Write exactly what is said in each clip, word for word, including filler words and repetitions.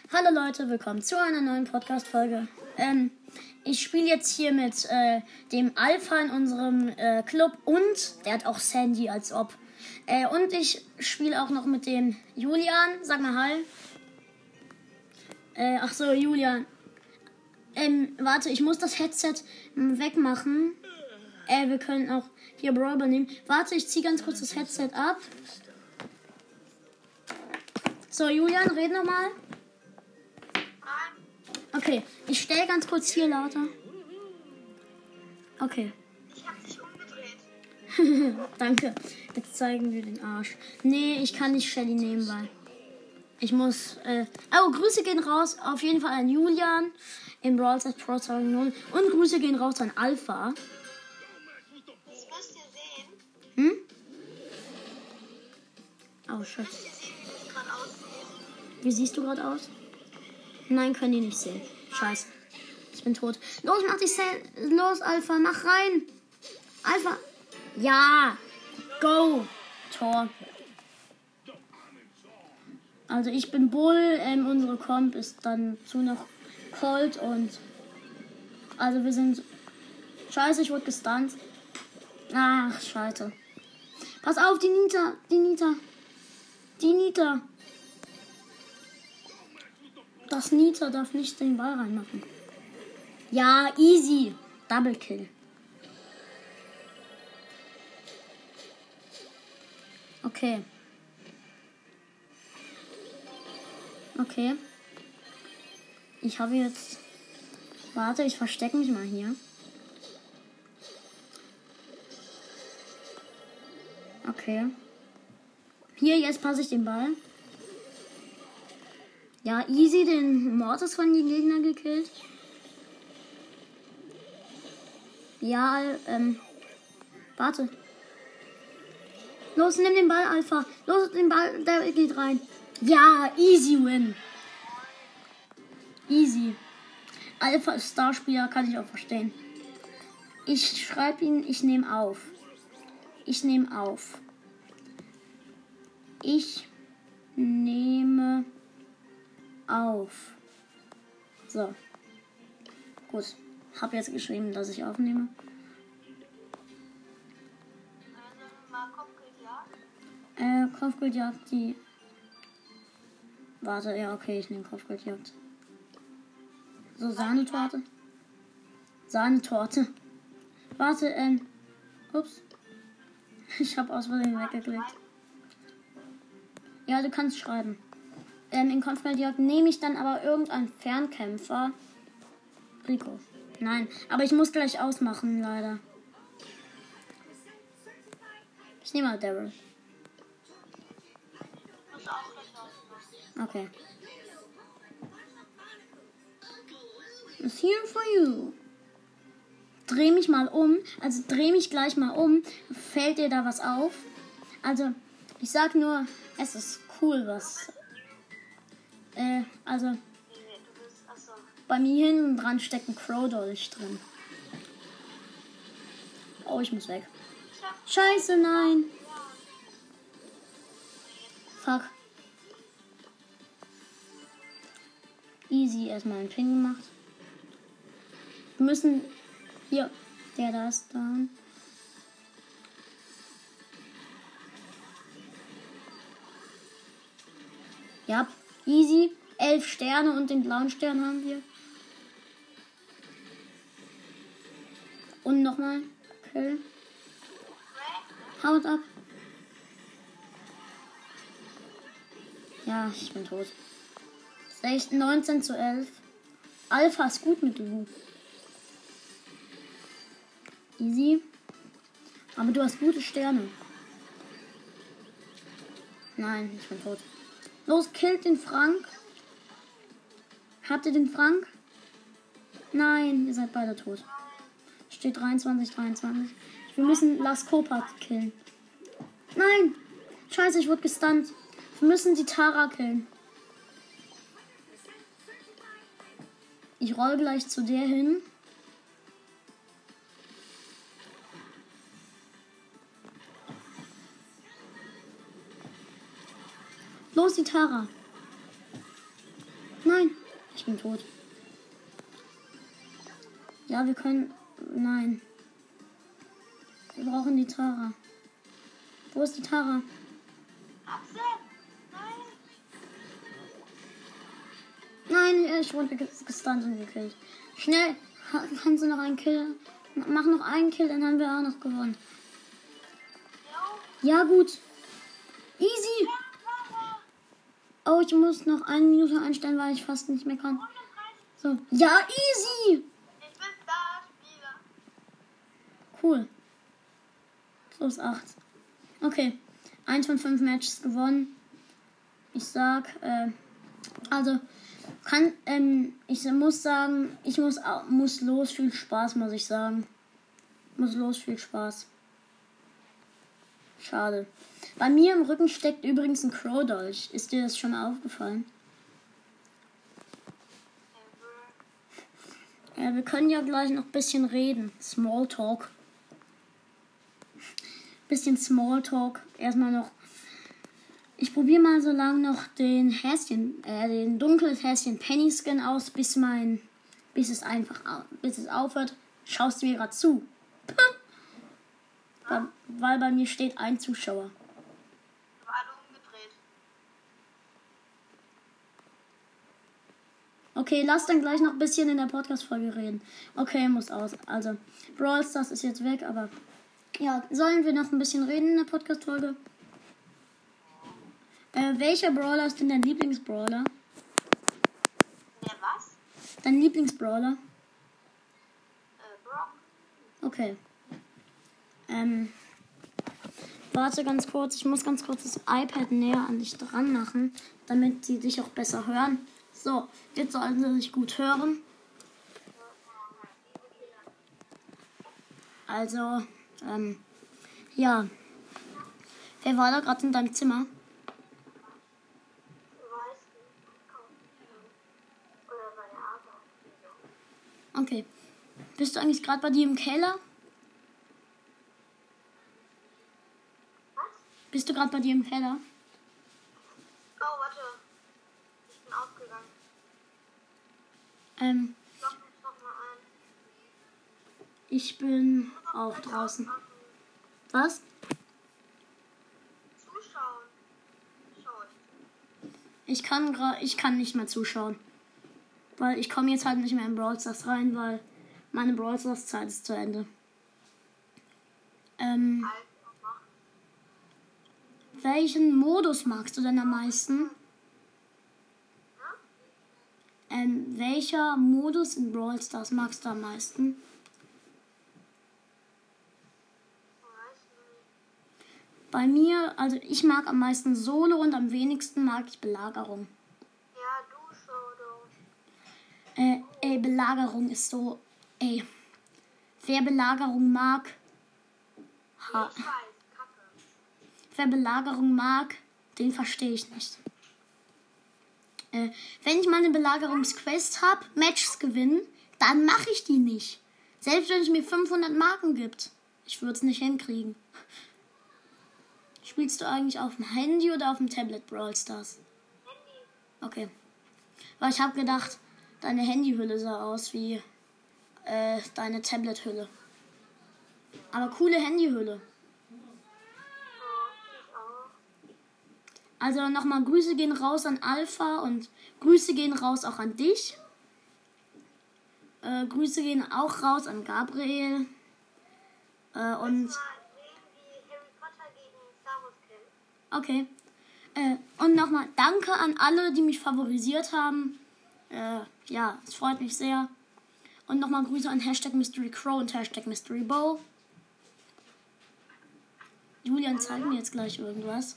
Hallo Leute, willkommen zu einer neuen Podcast-Folge. Ähm, ich spiele jetzt hier mit äh, dem Alpha in unserem äh, Club und der hat auch Sandy als ob. Äh, und ich spiele auch noch mit dem Julian. Sag mal Hi. Äh, ach so, Julian. Ähm, warte, ich muss das Headset wegmachen. Äh, wir können auch hier Brawl nehmen. Warte, ich ziehe ganz kurz das Headset ab. So, Julian, red nochmal. Okay, ich stelle ganz kurz hier lauter. Okay. Ich hab dich umgedreht. Danke. Jetzt zeigen wir den Arsch. Nee, ich kann nicht Shelly nehmen, weil ich muss. Äh oh, Grüße gehen raus. Auf jeden Fall an Julian im Brawl Stars Pro null. Und Grüße gehen raus an Alpha. Das müsst ihr sehen. Hm? Oh, shit. Müsst ihr sehen, wie ich gerade aussehe. Wie siehst du gerade aus? Nein, können die nicht sehen. Scheiße. Ich bin tot. Los, mach dich selbst. Los, Alpha, mach rein. Alpha. Ja. Go. Tor. Also ich bin Bull. Ähm, unsere Comp ist dann zu noch Colt und... Also wir sind... Scheiße, ich wurde gestunt. Ach, scheiße. Pass auf, die Nita. Die Nita. Die Nita. Das Nita darf nicht den Ball reinmachen. Ja, easy. Double Kill. Okay. Okay. Ich habe jetzt... Warte, ich verstecke mich mal hier. Okay. Hier, jetzt passe ich den Ball. Ja, easy den Mortis von den Gegnern gekillt. Ja, ähm. Warte. Los, nimm den Ball, Alpha. Los, den Ball, der geht rein. Ja, easy win. Easy. Alpha ist Starspieler, kann ich auch verstehen. Ich schreibe ihn, ich nehme auf. Ich nehme auf. Ich nehme auf. So. Gut. Hab jetzt geschrieben, dass ich aufnehme. Also mal Kopfgeldjagd. Äh, Kopfgeldjagd, die... Warte, ja, okay, ich nehme Kopfgeldjagd. So, Sahnetorte. Sahnetorte. Warte, ähm... Ups. Ich habe aus Versehen weggeklickt. Ja, du kannst schreiben. Ähm, in Kopfgeldjagd nehme ich dann aber irgendeinen Fernkämpfer. Rico. Nein, aber ich muss gleich ausmachen, leider. Ich nehme mal Daryl. Ich muss auch gleich ausmachen. Okay. It's here for you. Dreh mich mal um. Also dreh mich gleich mal um. Fällt dir da was auf? Also, ich sag nur, es ist cool, was... Äh, also... Nee, du bist... Achso. Bei mir hinten dran steckt ein Crow-Dolch drin. Oh, ich muss weg. Scheiße, nein. Fuck. Easy, erstmal einen Ping gemacht. Wir müssen... Hier, der da ist da. Ja, easy. Elf Sterne und den blauen Stern haben wir. Und nochmal. Kill. Haut ab. Ja, ich bin tot. neunzehn zu elf. Alpha ist gut mit Lu. Easy. Aber du hast gute Sterne. Nein, ich bin tot. Los, killt den Frank. Habt ihr den Frank? Nein, ihr seid beide tot. Steht dreiundzwanzig, dreiundzwanzig. Wir müssen Las Copas killen. Nein! Scheiße, ich wurde gestunt. Wir müssen die Tara killen. Ich roll gleich zu der hin. Los, die Tara. Nein. bin tot. Ja, wir können... Nein. Wir brauchen die Tara. Wo ist die Tara? Axel! Nein! Nein, ich wurde gestunt und gekillt. Schnell, ha- kannst du noch einen Kill? Mach noch einen Kill, dann haben wir auch noch gewonnen. Jo! Ja, gut. Easy. Tara! Oh, ich muss noch eine Minute einstellen, weil ich fast nicht mehr kann. So. Ja, easy. Ich bin da, Spieler. Cool. Plus acht. Okay. Eins von fünf Matches gewonnen. Ich sag, äh, also, kann, ähm, ich muss sagen, ich muss, au- muss los, viel Spaß, muss ich sagen. Muss los, viel Spaß. Schade. Bei mir im Rücken steckt übrigens ein Crow-Dolch. Ist dir das schon mal aufgefallen? Ja, wir können ja gleich noch ein bisschen reden. Smalltalk. Bisschen Smalltalk. Erstmal noch. Ich probiere mal so lange noch den Häschen, äh, den dunkles Häschen Penny Skin aus, bis mein, bis es einfach, au- bis es aufhört. Schaust du mir gerade zu? weil, weil bei mir steht ein Zuschauer. War alle umgedreht. Okay, lass dann gleich noch ein bisschen in der Podcast-Folge reden. Okay, muss aus. Also, Brawl Stars ist jetzt weg, aber ja, sollen wir noch ein bisschen reden in der Podcast-Folge? Äh, welcher Brawler ist denn dein Lieblingsbrawler? Der was? Dein Lieblingsbrawler? Äh, Brock. Okay. Ähm, warte ganz kurz. Ich muss ganz kurz das iPad näher an dich dran machen, damit sie dich auch besser hören. So, jetzt sollten sie sich gut hören. Also, ähm, ja. Wer war da gerade in deinem Zimmer? Weiß nicht. Oder bei der Arbeit. Okay. Bist du eigentlich gerade bei dir im Keller? Was? Bist du gerade bei dir im Keller? Oh, warte. Ich bin aufgegangen. Ähm, Ich lock mich noch mal ein. ich bin auch draußen. Was? Zuschauen. Schauen. Ich kann gra- ich kann nicht mehr zuschauen. Weil ich komme jetzt halt nicht mehr in Brawl Stars rein, weil meine Brawl Stars Zeit ist zu Ende. Ähm, Alt und noch. welchen Modus magst du denn am meisten? Ähm, welcher Modus in Brawl Stars magst du am meisten? Weiß nicht. Bei mir, also ich mag am meisten Solo und am wenigsten mag ich Belagerung. Ja, du Showdown. Äh, ey, Belagerung ist so, ey, wer Belagerung mag, ha, Ich weiß, Kacke. wer Belagerung mag, den verstehe ich nicht. Äh, wenn ich mal eine Belagerungsquest habe, Matches gewinnen, dann mache ich die nicht. Selbst wenn es mir fünfhundert Marken gibt. Ich würde es nicht hinkriegen. Spielst du eigentlich auf dem Handy oder auf dem Tablet Brawl Stars? Handy. Okay. Weil ich habe gedacht, deine Handyhülle sah aus wie äh, deine Tablet-Hülle. Aber coole Handyhülle. Oh, ich auch. Also nochmal Grüße gehen raus an Alpha und Grüße gehen raus auch an dich. Äh, Grüße gehen auch raus an Gabriel. Äh, und Mal sehen, wie Harry Potter gegen Star Wars kämpft. okay. Äh, und nochmal danke an alle, die mich favorisiert haben. Äh, ja, es freut mich sehr. Und nochmal Grüße an Hashtag Mystery Crow und Hashtag Mystery Bow. Julian zeigt mir jetzt gleich irgendwas.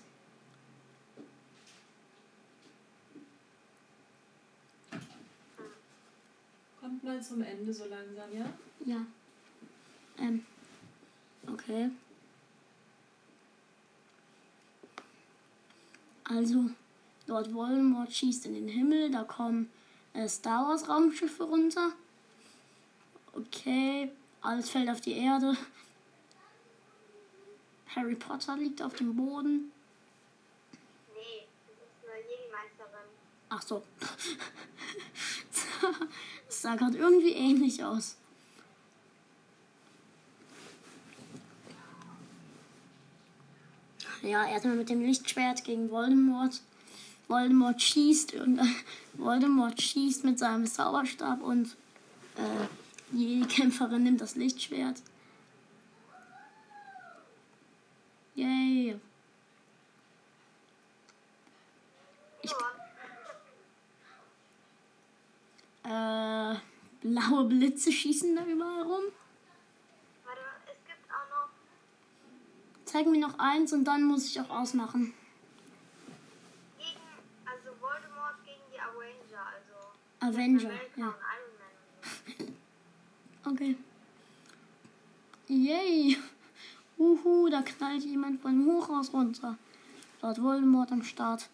Kommt mal zum Ende so langsam, ja? Ja. Ähm. Okay. Also, Lord Voldemort schießt in den Himmel, da kommen äh, Star Wars Raumschiffe runter. Okay, alles fällt auf die Erde. Harry Potter liegt auf dem Boden. Nee, das ist eine Jedi-Meisterin. Ach so. Das sah gerade irgendwie ähnlich aus. Ja, erstmal mit dem Lichtschwert gegen Voldemort. Voldemort schießt und äh, Voldemort schießt mit seinem Zauberstab und äh, die Kämpferin nimmt das Lichtschwert. Yay. Ich, äh, blaue Blitze schießen da überall rum. Warte, es gibt auch noch. Zeig mir noch eins und dann muss ich auch ausmachen. Gegen, also Voldemort gegen die Avenger, also Avenger, America ja. und Iron Man und so. Okay. Yay. Uhu, da knallt jemand von dem Hochhaus runter. Dort Voldemort am Start.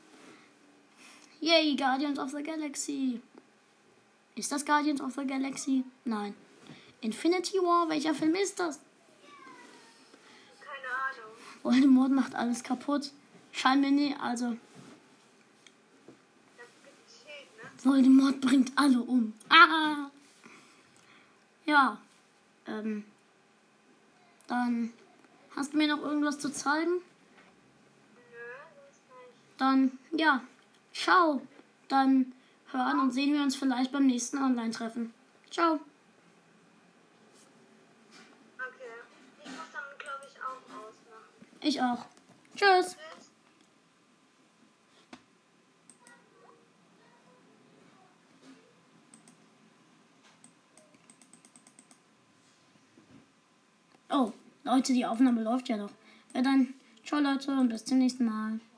Yay, Guardians of the Galaxy. Ist das Guardians of the Galaxy? Nein. Infinity War, welcher Film ist das? Keine Ahnung. Voldemort macht alles kaputt. Scheinbar nie, also Das gibt ein Schild, ne? Voldemort bringt alle um. Ah! Ja. Ähm. Dann hast du mir noch irgendwas zu zeigen? Nö, sonst nicht. Dann, ja. Ciao. Dann hören und sehen wir uns vielleicht beim nächsten Online-Treffen. Ciao. Okay. Ich muss dann, glaube ich, auch ausmachen. Ich auch. Tschüss. Tschüss. Oh, Leute, die Aufnahme läuft ja noch. Ja dann, ciao Leute und bis zum nächsten Mal.